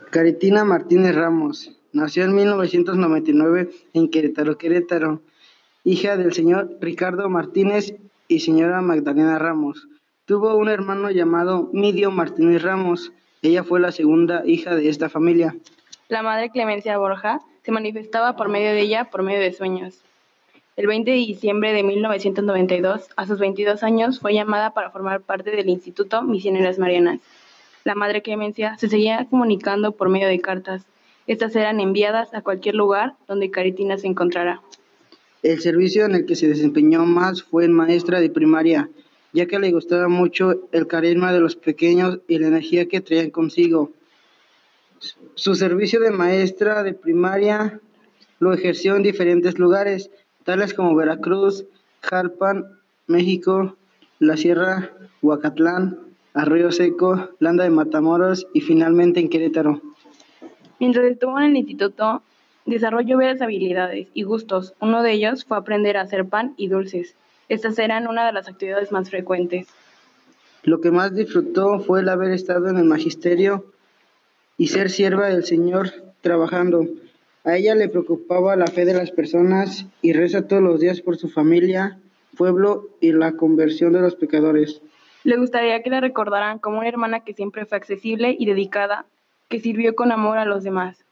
Caritina Martínez Ramos nació en 1999 en Querétaro, Querétaro, hija del señor Ricardo Martínez y señora Magdalena Ramos. Tuvo un hermano llamado Midio Martínez Ramos. Ella fue la segunda hija de esta familia. La madre Clemencia Borja se manifestaba por medio de ella por medio de sueños. El 20 de diciembre de 1992, a sus 22 años, fue llamada para formar parte del Instituto Misioneras Marianas. La madre Clemencia se seguía comunicando por medio de cartas. Estas eran enviadas a cualquier lugar donde Caritina se encontrara. El servicio en el que se desempeñó más fue en maestra de primaria, ya que le gustaba mucho el carisma de los pequeños y la energía que traían consigo. Su servicio de maestra de primaria lo ejerció en diferentes lugares, tales como Veracruz, Jalpan, México, la Sierra, Huacatlán, Arroyo Seco, Landa de Matamoros y finalmente en Querétaro. Mientras estuvo en el instituto, desarrolló varias habilidades y gustos. Uno de ellos fue aprender a hacer pan y dulces. Estas eran una de las actividades más frecuentes. Lo que más disfrutó fue el haber estado en el magisterio y ser sierva del Señor trabajando. A ella le preocupaba la fe de las personas y reza todos los días por su familia, pueblo y la conversión de los pecadores. Le gustaría que la recordaran como una hermana que siempre fue accesible y dedicada, que sirvió con amor a los demás.